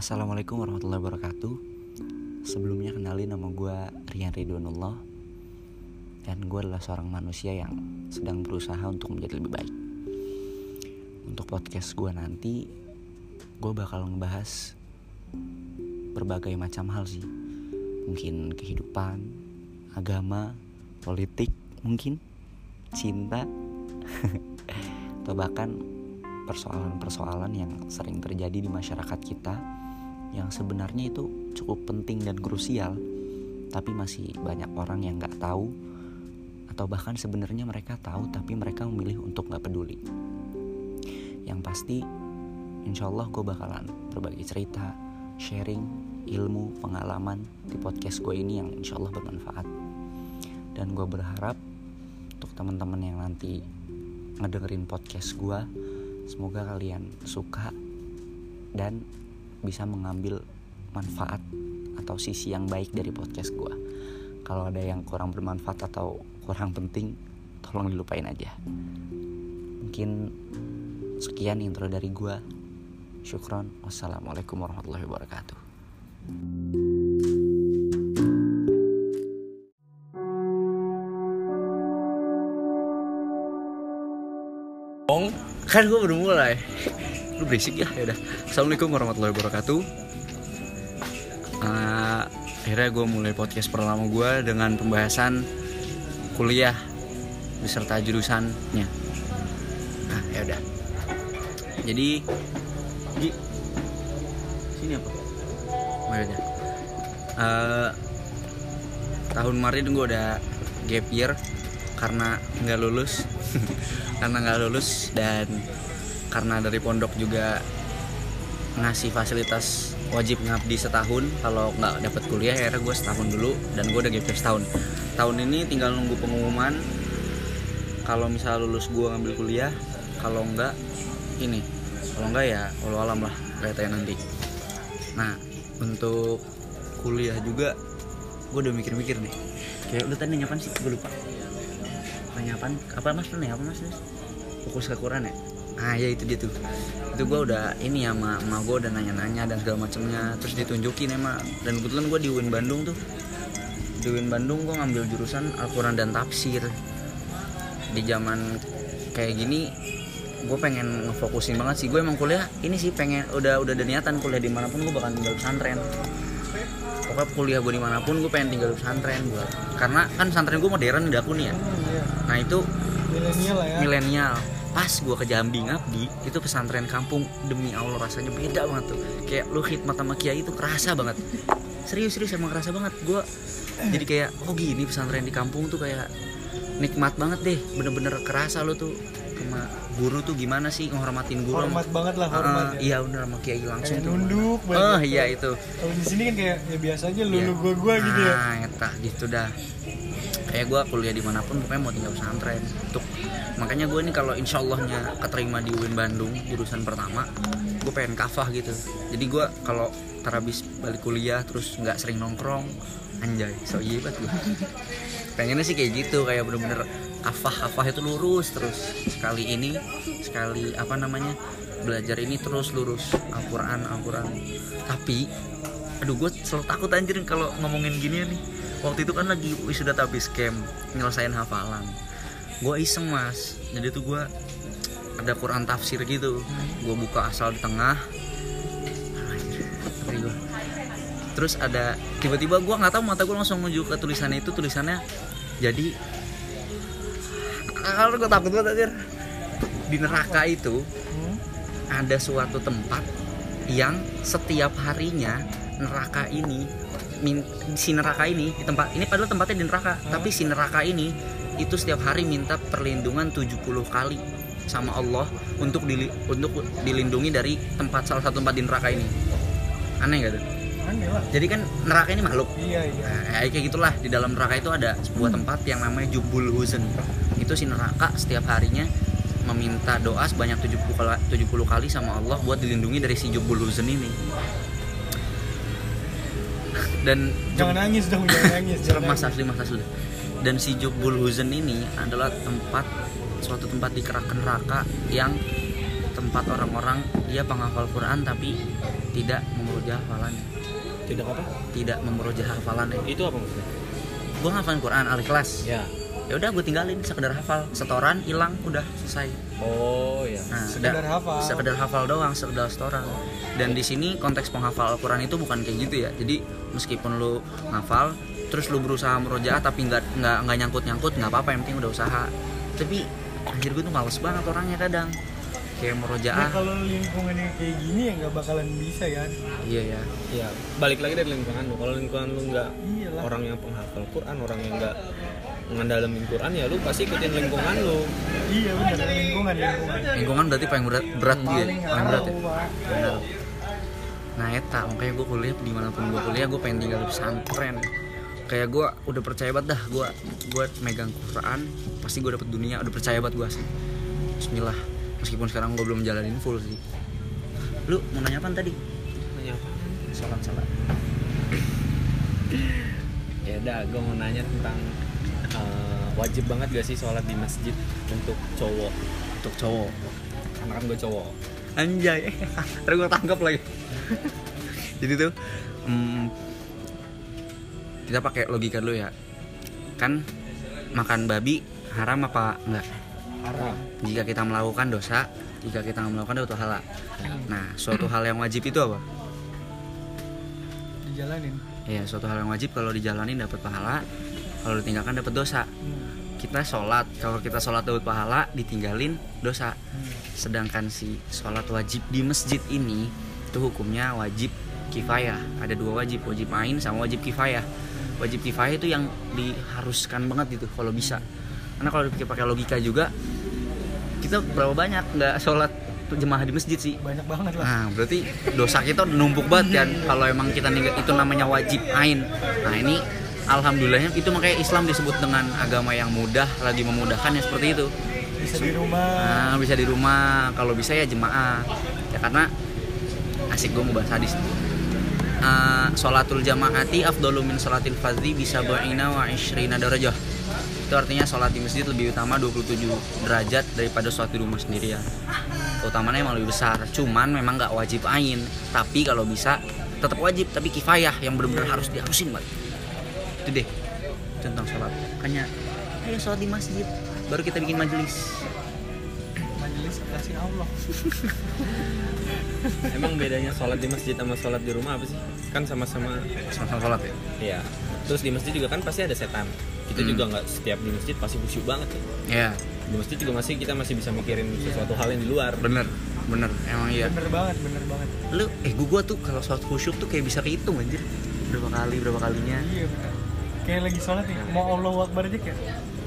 Assalamualaikum warahmatullahi wabarakatuh. Sebelumnya kenalin, nama gue Rian Ridwanullah. Dan gue adalah seorang manusia yang sedang berusaha untuk menjadi lebih baik. Untuk podcast gue nanti, gue bakal ngebahas berbagai macam hal sih. Mungkin kehidupan, agama, politik, mungkin cinta atau bahkan persoalan-persoalan yang sering terjadi di masyarakat kita, yang sebenarnya itu cukup penting dan krusial, tapi masih banyak orang yang gak tahu, atau bahkan sebenarnya mereka tahu tapi mereka memilih untuk gak peduli. Yang pasti insya Allah gue bakalan berbagi cerita, sharing ilmu, pengalaman di podcast gue ini yang insya Allah bermanfaat. Dan gue berharap untuk teman-teman yang nanti ngedengerin podcast gue, semoga kalian suka dan bisa mengambil manfaat atau sisi yang baik dari podcast gue. Kalau ada yang kurang bermanfaat atau kurang penting, tolong dilupain aja. Mungkin sekian intro dari gue. Syukron. Wassalamualaikum warahmatullahi wabarakatuh. Kan gue baru mulai. Lu berisik ya. Yaudah. Assalamualaikum warahmatullahi wabarakatuh. Akhirnya gue mulai podcast pertama gue dengan pembahasan kuliah beserta jurusannya. Nah, yaudah. Jadi di sini apa? Makanya. Tahun kemarin gue udah gap year karena nggak lulus. Dan karena dari pondok juga ngasih fasilitas wajib ngabdi setahun kalau nggak dapat kuliah, akhirnya gue setahun dulu dan gue udah gap year setahun. Tahun ini tinggal nunggu pengumuman. Kalau misalnya lulus gue ngambil kuliah, kalau enggak ya walau alam lah, kayaknya nanti. Nah, untuk kuliah juga gue udah mikir-mikir nih. Kayak lu tadi nyapaan sih? Gue lupa. Apaan? Apa mas? Fokus ke Quran ya? Ah ya, itu dia tuh. Itu gue udah ini ya, sama gue udah nanya-nanya dan segala macamnya. Terus ditunjukin emang. Dan kebetulan gue di UIN Bandung tuh. Di UIN Bandung gue ngambil jurusan Al-Quran dan Tafsir. Di zaman kayak gini gue pengen ngefokusin banget sih. Gue emang kuliah ini sih pengen udah ada niatan kuliah dimanapun gue bakal tinggal pesantren. Pokoknya kuliah gue dimanapun gue pengen tinggal pesantren gue. Karena kan pesantren gue modern udah aku nih ya. Nah itu milenial. Pas gue ke Jambi ngabdi, itu pesantren kampung, demi Allah rasanya beda banget tuh. Kayak lu khidmat sama kiai itu kerasa banget. Serius emang kerasa banget. Gue jadi kayak gini pesantren di kampung tuh kayak nikmat banget deh. Bener-bener kerasa lu tuh sama guru tuh gimana sih menghormatin guru. Hormat banget lah, hormat. Iya bener, sama kiai langsung kayak tuh. Nunduk banget. Iya itu. Kalau di sini kan kayak ya biasa aja lu gua gitu ya. Nah, entah gitu dah. Kayak gue kuliah dimanapun pokoknya mau tinggal pesantren. Makanya gue nih kalau insya Allahnya keterima di UIN Bandung jurusan pertama, gue pengen kafah gitu. Jadi gue kalau habis balik kuliah terus nggak sering nongkrong, anjay, so iya banget gue. Pengennya sih kayak gitu, kayak bener-bener kafah itu lurus terus. Sekali belajar ini terus lurus Al-Quran. Tapi gue selalu takut anjir kalau ngomongin gini nih. Waktu itu kan lagi wisuda tabis camp, nyelesain hafalan. Gue iseng mas, jadi tuh gue ada Quran tafsir gitu. Gue buka asal di tengah. Terus ada tiba-tiba gue nggak tahu, mata gue langsung menuju ke tulisannya itu. Tulisannya jadi kalau gue takut banget anjir. Di neraka itu ada suatu tempat yang setiap harinya si neraka ini di tempat ini padahal tempatnya di neraka, tapi si neraka ini itu setiap hari minta perlindungan 70 kali sama Allah untuk dilindungi dari salah satu tempat di neraka ini. Aneh gak tuh? Aneh lah. Jadi kan neraka ini makhluk. Iya. Nah, kayak gitulah, di dalam neraka itu ada sebuah tempat yang namanya Jubul Huzn. Itu si neraka setiap harinya meminta doa sebanyak 70 kali sama Allah buat dilindungi dari si Jubul Huzn ini. Dan jangan nangis. Mas asli. Dan si Jubul Huzn ini adalah suatu tempat di neraka yang tempat orang-orang dia penghafal Quran tapi tidak memurojaah hafalannya. Tidak apa? Tidak memurojaah hafalannya. Itu apa maksudnya? Gue ngafalin Quran Al-Ikhlas. Ya. Ya udah gue tinggalin sekedar hafal, setoran hilang udah selesai. Oh ya. Nah, Sekedar hafal. Sekedar hafal doang, sekedar setoran. Dan di sini konteks penghafal Al-Quran itu bukan kayak gitu ya. Jadi meskipun lu ngafal, terus lu berusaha murojaah tapi nggak nyangkut nggak apa-apa, yang penting udah usaha. Tapi anjir gue tuh males banget orangnya kadang. Kayak Nah, murojaah. kalau lingkungannya kayak gini ya nggak bakalan bisa ya. Iya ya. Ya, balik lagi dari lingkungan lu. Kalau lingkungan lu nggak Iyalah. orang yang penghafal Quran, orang yang nggak ngandalemin Quran, ya lu pasti ikutin lingkungan lu. Iya benar, lingkungan. Lingkungan berarti paling berat dia. Paling Paling berat ya. Pak. Benar. Nah eta makanya gue kuliah dimanapun gue kuliah gue pengen tinggal di pesantren. Kayak gue udah percaya banget dah gue megang Quran pasti gue dapet dunia, udah percaya banget gue sih. Bismillah. Meskipun sekarang gue belum jalanin full sih. Lu mau nanya apa tadi? Nanya apa? Salat. Ya udah, gue mau nanya tentang wajib banget gak sih sholat di masjid untuk cowok? Untuk cowok. Karena kan gue cowok. Anjay. Ntar gue tangkap lagi. Jadi tuh kita pakai logika dulu ya. Kan makan babi haram apa enggak? Haram. Jika kita melakukan dosa, jika kita nggak melakukan itu halal. Nah, suatu hal yang wajib itu apa? Dijalanin. Ya, suatu hal yang wajib kalau dijalanin dapat pahala, kalau ditinggalkan dapat dosa. Kita sholat, kalau kita sholat dapat pahala, ditinggalin dosa. Sedangkan si sholat wajib di masjid ini itu hukumnya wajib kifayah. Ada dua wajib ain sama wajib kifayah. Wajib kifayah itu yang diharuskan banget gitu kalau bisa. Karena kalau dipikir pakai logika juga, kita berapa banyak nggak sholat jemaah di masjid sih? Banyak banget lah. Nah berarti dosa kita udah numpuk banget kan. Kalau emang kita itu namanya wajib ain. Nah ini alhamdulillahnya itu makanya Islam disebut dengan agama yang mudah, lagi memudahkan ya seperti itu. Bisa di rumah. Nah bisa di rumah, kalau bisa ya jemaah. Ya karena asik gue mau bahas hadis. Sholatul jamaati afdalu min sholatil fardhi bisa ba'ina wa ishrina darajah. Itu artinya sholat di masjid lebih utama 27 derajat daripada sholat di rumah sendirian. Utamanya emang lebih besar, cuman memang nggak wajib ain. Tapi kalau bisa tetap wajib, tapi kifayah yang benar-benar harus diharusin banget. Itu deh tentang sholat. Makanya ayo sholat di masjid, baru kita bikin majelis. Majelis kasih Allah. Emang bedanya sholat di masjid sama sholat di rumah apa sih? Kan sama-sama Sholat ya. Iya. Terus di masjid juga kan pasti ada setan. Kita juga nggak setiap di masjid pasti khusyuk banget ya. Iya. Di masjid juga kita masih bisa mikirin sesuatu hal yang di luar. Bener emang iya. Bener banget. Lu gua tuh kalau sholat khusyuk tuh kayak bisa kehitung anjir. Berapa kalinya. Iya bener. Kayak lagi sholat nih, mau Allahu Akbar aja kayak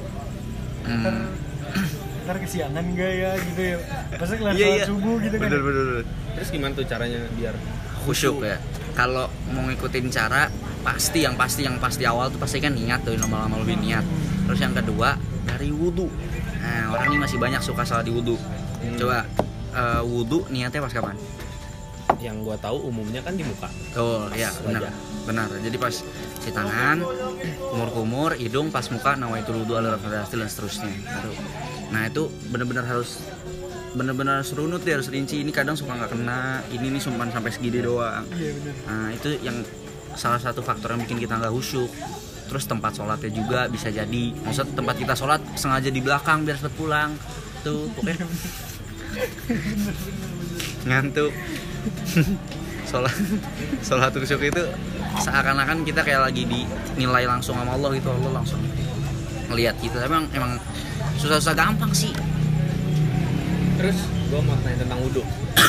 ntar kesiangan gak ya gitu ya. Masa kelar sholat subuh gitu kan. Bener. Terus gimana tuh caranya biar Khusyuk ya. Kalau mau ngikutin cara pasti awal tuh pasti kan niat tuh, lama-lama lebih niat. Terus yang kedua dari wudu. Nah orang ini masih banyak suka salah di wudu. Coba wudu niatnya pas kapan? Yang gua tahu umumnya kan di muka. Oh ya benar. Jadi pas cuci tangan, kumur-kumur, hidung, pas muka, nawaitul wudu ala rafa'il dan seterusnya. Nah itu benar-benar harus runut deh, harus rinci. Ini kadang suka nggak kena, ini nih cuma sampai segini doang. Iya benar. Nah itu yang salah satu faktor yang bikin kita nggak khusyuk. Terus tempat sholatnya juga bisa jadi, maksud tempat kita sholat sengaja di belakang biar cepet pulang tuh pokoknya ngantuk. sholat khusyuk itu seakan-akan kita kayak lagi dinilai langsung sama Allah gitu. Allah langsung ngelihat kita. Tapi emang susah-susah gampang sih. Terus gue mau tanya tentang wudhu.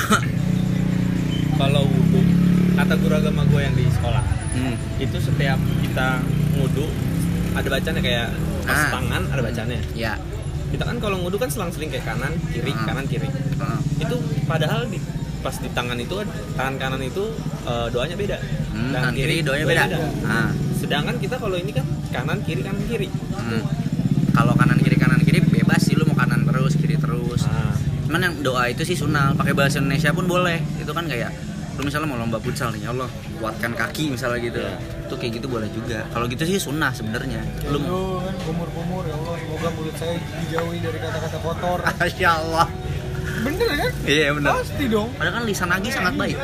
Kalau wudhu, kata guru agama gue yang di sekolah, itu setiap kita wudhu ada bacanya kayak pas tangan ada bacanya. Ya. Kita kan kalau wudhu kan selang-seling kayak kanan kiri. Itu padahal pas di tangan itu, tangan kanan itu doanya beda. Tangan kiri doanya beda. Sedangkan kita kalau ini kan kanan kiri. Kalau kanan kiri bebas sih, lu mau kanan terus kiri terus. Cuman yang doa itu sih sunnah, pakai bahasa Indonesia pun boleh. Itu kan kayak lu misalnya mau lomba futsal nih, ya Allah kuatkan kaki misalnya gitu. Itu kayak gitu boleh juga. Kalau gitu sih sunnah sebenarnya. Lu kan kumur-kumur, ya Allah semoga mulut saya dijauhi dari kata-kata kotor. Masya Allah. Bener kan? Iya benar. Pasti dong. Padahal kan lisan Agi sangat baik.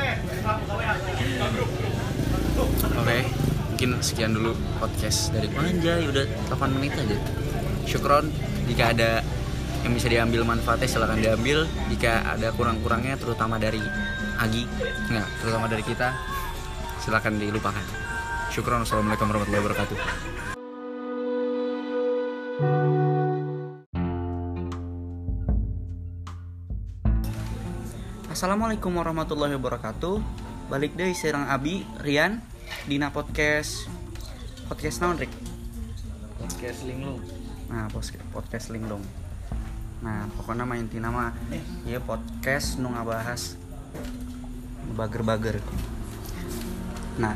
Oke, mungkin sekian dulu podcast dari Anjay, udah 8 menit aja. Syukron, jika ada yang bisa diambil manfaatnya silakan diambil. Jika ada kurang-kurangnya terutama dari Agi, terutama dari kita, silakan dilupakan. Syukron, wassalamualaikum warahmatullahi wabarakatuh. Assalamualaikum warahmatullahi wabarakatuh. Balik deh serang Abi Rian dina podcast naon Rik? Podcast linglung. Nah, podcast linglung. Nah, pokoknya mah intina mah ieu podcast nu ngabahas bager-bager. Nah,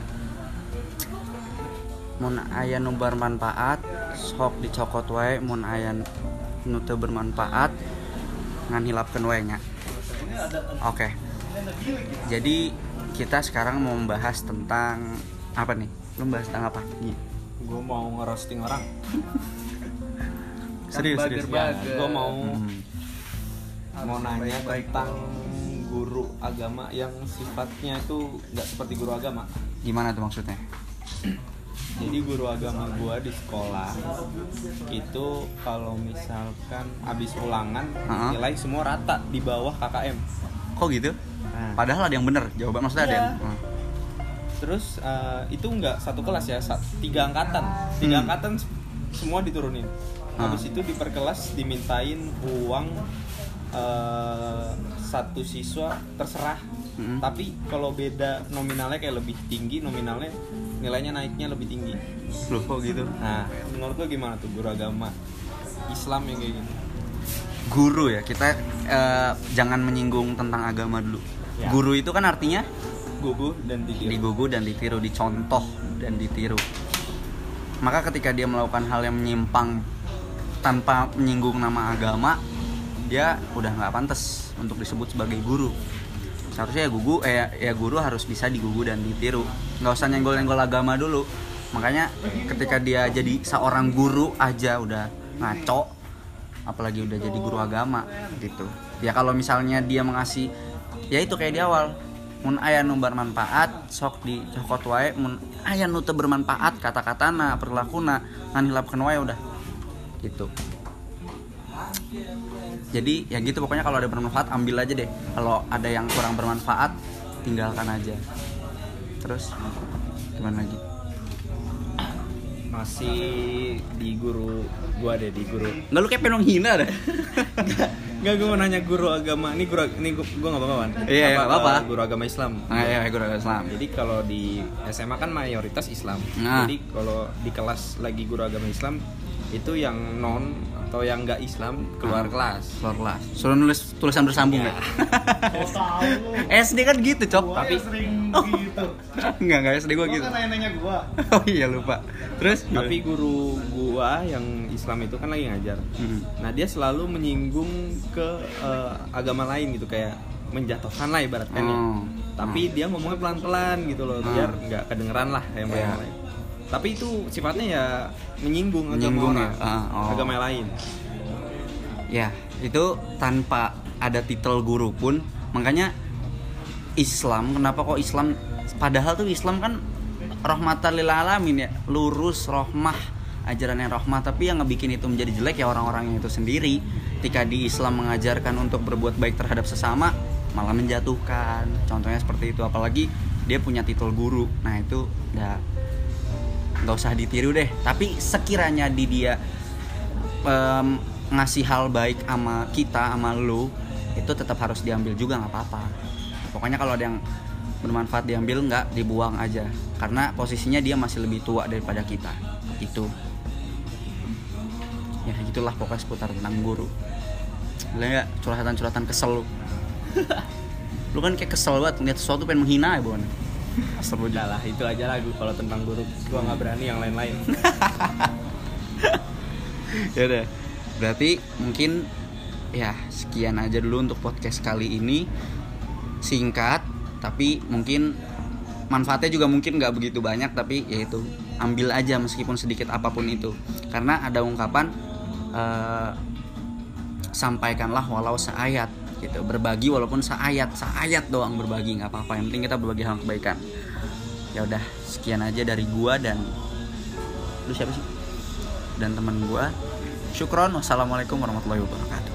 mun aya nu bermanfaat sok dicokot wae, mun aya nu teu bermanfaat ngan hilapkeun wae nya. Oke. Jadi kita sekarang mau membahas tentang apa nih? Lu bahas tentang apa? Gue mau ngerosting orang. Serius. Gue mau nanya tentang guru agama yang sifatnya itu nggak seperti guru agama. Gimana tuh maksudnya? Jadi guru agama gue di sekolah itu kalau misalkan abis ulangan nilai semua rata di bawah KKM. Kok gitu? Nah. Padahal ada yang bener jawaban, maksudnya ada yang Terus itu nggak satu kelas ya, 3 angkatan. 3 angkatan semua diturunin. Habis itu diperkelas dimintain uang satu siswa terserah. Tapi kalau beda nominalnya kayak lebih tinggi, nominalnya nilainya naiknya lebih tinggi. Loh kok gitu? Nah, menurut lo gimana tuh guru agama Islam yang kayak gini? Guru ya, kita jangan menyinggung tentang agama dulu. Ya. Guru itu kan artinya Guguh dan ditiru. digugu dan ditiru, dicontoh dan ditiru. Maka ketika dia melakukan hal yang menyimpang tanpa menyinggung nama agama, dia udah nggak pantas untuk disebut sebagai guru. Seharusnya guru harus bisa digugu dan ditiru, nggak usah nyenggol-nyenggol agama dulu. Makanya ketika dia jadi seorang guru aja udah ngaco, apalagi udah jadi guru agama gitu. Ya kalau misalnya dia mengasih, ya itu kayak di awal, mun aya nu bermanfaat sok dicokot wae, mun aya nu teu bermanfaat kata-katana perilakunana ngan hilapkeun wae udah gitu. Jadi ya gitu, pokoknya kalau ada bermanfaat ambil aja deh, kalau ada yang kurang bermanfaat tinggalkan aja. Terus gimana lagi? Masih di guru gua deh, di guru. Nggak, lu kayak pengen hina deh. Enggak, gue mau nanya guru agama. Ini gua enggak apa-apa kan? Iya, apa-apa. Guru agama Islam. Iya, guru agama Islam. Jadi kalau di SMA kan mayoritas Islam. Nah. Jadi kalau di kelas lagi guru agama Islam itu yang non atau yang enggak Islam keluar kelas. Keluar kelas. Suruh nulis tulisan bersambung ya. SD kan gitu, Cok. Tapi sering gitu. Enggak SD gua gitu. Kan nanya gua. Oh iya lupa. Terus Tapi guru gua yang Islam itu kan lagi ngajar. Nah, dia selalu menyinggung ke agama lain gitu, kayak menjatuhkan lah ibaratkan ya. Tapi dia ngomongnya pelan-pelan gitu loh, biar nggak kedengeran lah yang lain. Tapi itu sifatnya ya menyinggung agama orang, agama lain. Ya, itu tanpa ada titel guru pun. Makanya Islam, kenapa kok Islam? Padahal tuh Islam kan rahmatan lil alamin ya, lurus, rahmah, ajaran yang rahmah. Tapi yang ngebikin itu menjadi jelek ya orang-orang itu sendiri. Ketika di Islam mengajarkan untuk berbuat baik terhadap sesama, malah menjatuhkan. Contohnya seperti itu, apalagi dia punya titel guru. Nah itu udah nggak usah ditiru deh. Tapi sekiranya dia ngasih hal baik sama kita, sama lu, itu tetap harus diambil juga, nggak apa-apa. Pokoknya kalau ada yang bermanfaat diambil, nggak dibuang aja, karena posisinya dia masih lebih tua daripada kita. Itu ya gitulah pokoknya seputar tentang guru. Lihat curhatan kesel lu. Lu kan kayak kesel banget ngeliat sesuatu pengen menghina ya, Bon. Udah lah, itu aja lah kalau tentang guru. Gua nggak berani yang lain-lain. Ya udah. Berarti mungkin ya sekian aja dulu untuk podcast kali ini. Singkat, tapi mungkin manfaatnya juga mungkin nggak begitu banyak, tapi ya itu, ambil aja meskipun sedikit apapun itu. Karena ada ungkapan sampaikanlah walau seayat. gitu. Berbagi walaupun seayat doang berbagi, nggak apa-apa, yang penting kita berbagi hal kebaikan. Ya udah, sekian aja dari gua dan lu siapa sih? Dan teman gua. Syukron. Wassalamualaikum warahmatullahi wabarakatuh.